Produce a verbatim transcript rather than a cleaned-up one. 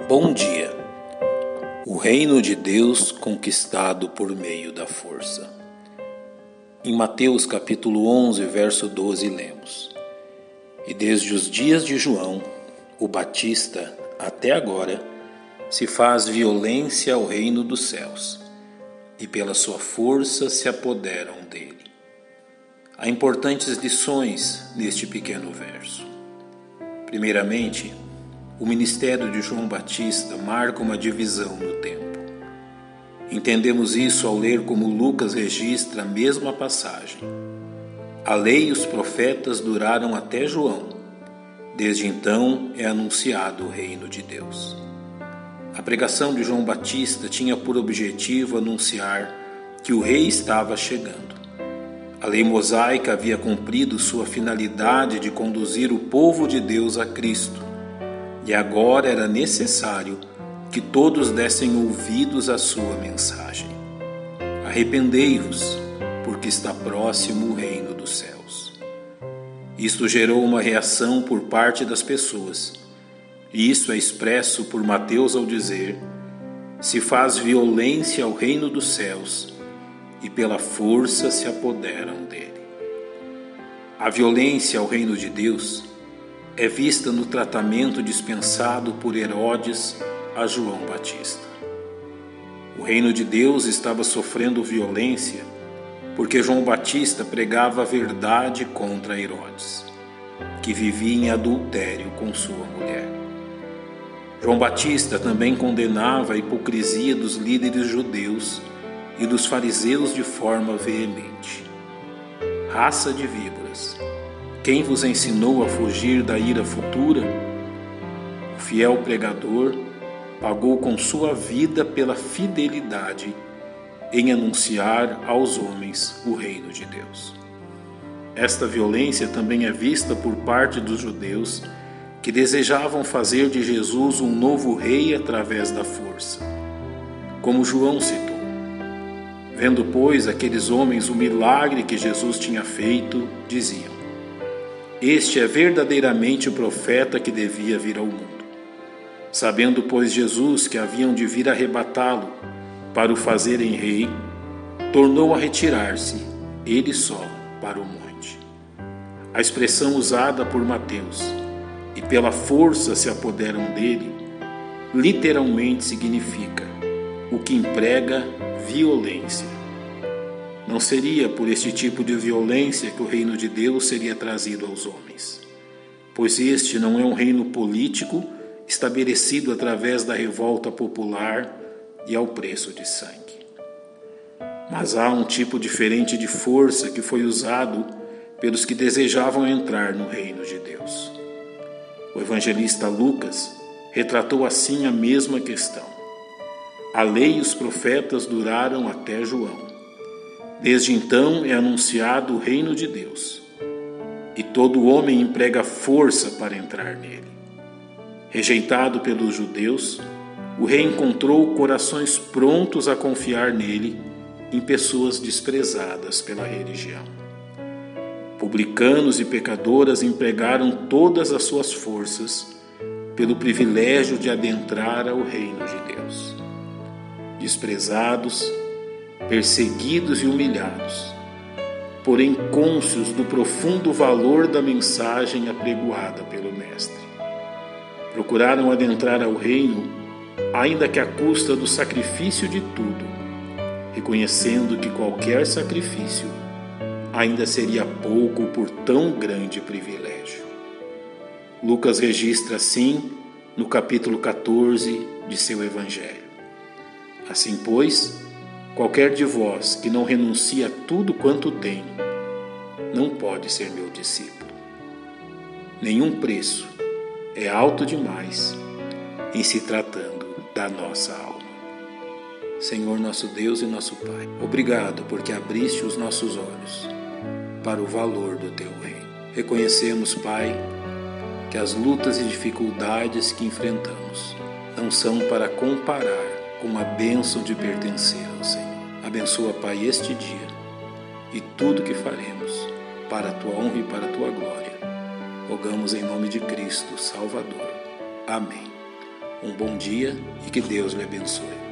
Bom dia. O reino de Deus conquistado por meio da força. Em Mateus capítulo onze, verso doze, lemos: E desde os dias de João, o Batista, até agora, se faz violência ao reino dos céus, e pela sua força se apoderam dele. Há importantes lições neste pequeno verso. Primeiramente, o ministério de João Batista marca uma divisão no tempo. Entendemos isso ao ler como Lucas registra a mesma passagem. A lei e os profetas duraram até João. Desde então é anunciado o reino de Deus. A pregação de João Batista tinha por objetivo anunciar que o rei estava chegando. A lei mosaica havia cumprido sua finalidade de conduzir o povo de Deus a Cristo. E agora era necessário que todos dessem ouvidos à sua mensagem. Arrependei-vos, porque está próximo o reino dos céus. Isto gerou uma reação por parte das pessoas, e isso é expresso por Mateus ao dizer: se faz violência ao reino dos céus, e pela força se apoderam dele. A violência ao reino de Deus é vista no tratamento dispensado por Herodes a João Batista. O reino de Deus estava sofrendo violência porque João Batista pregava a verdade contra Herodes, que vivia em adultério com sua mulher. João Batista também condenava a hipocrisia dos líderes judeus e dos fariseus de forma veemente. Raça de víboras! Quem vos ensinou a fugir da ira futura? O fiel pregador pagou com sua vida pela fidelidade em anunciar aos homens o reino de Deus. Esta violência também é vista por parte dos judeus que desejavam fazer de Jesus um novo rei através da força, como João citou. Vendo, pois, aqueles homens o milagre que Jesus tinha feito, diziam: Este é verdadeiramente o profeta que devia vir ao mundo. Sabendo, pois, Jesus que haviam de vir arrebatá-lo para o fazerem rei, tornou a retirar-se, ele só, para o monte. A expressão usada por Mateus, e pela força se apoderam dele, literalmente significa o que emprega violência. Não seria por este tipo de violência que o reino de Deus seria trazido aos homens, pois este não é um reino político estabelecido através da revolta popular e ao preço de sangue. Mas há um tipo diferente de força que foi usado pelos que desejavam entrar no reino de Deus. O evangelista Lucas retratou assim a mesma questão. A lei e os profetas duraram até João. Desde então é anunciado o reino de Deus, e todo homem emprega força para entrar nele. Rejeitado pelos judeus, o rei encontrou corações prontos a confiar nele em pessoas desprezadas pela religião. Publicanos e pecadoras empregaram todas as suas forças pelo privilégio de adentrar ao reino de Deus. Desprezados, perseguidos e humilhados, porém cônscios do profundo valor da mensagem apregoada pelo Mestre. Procuraram adentrar ao reino, ainda que à custa do sacrifício de tudo, reconhecendo que qualquer sacrifício ainda seria pouco por tão grande privilégio. Lucas registra assim no capítulo catorze de seu Evangelho: Assim, pois, qualquer de vós que não renuncia a tudo quanto tem, não pode ser meu discípulo. Nenhum preço é alto demais em se tratando da nossa alma. Senhor nosso Deus e nosso Pai, obrigado porque abriste os nossos olhos para o valor do Teu reino. Reconhecemos, Pai, que as lutas e dificuldades que enfrentamos não são para comparar com a bênção de pertencer ao Senhor. Abençoa, Pai, este dia e tudo que faremos para a Tua honra e para a Tua glória. Rogamos em nome de Cristo, Salvador. Amém. Um bom dia e que Deus lhe abençoe.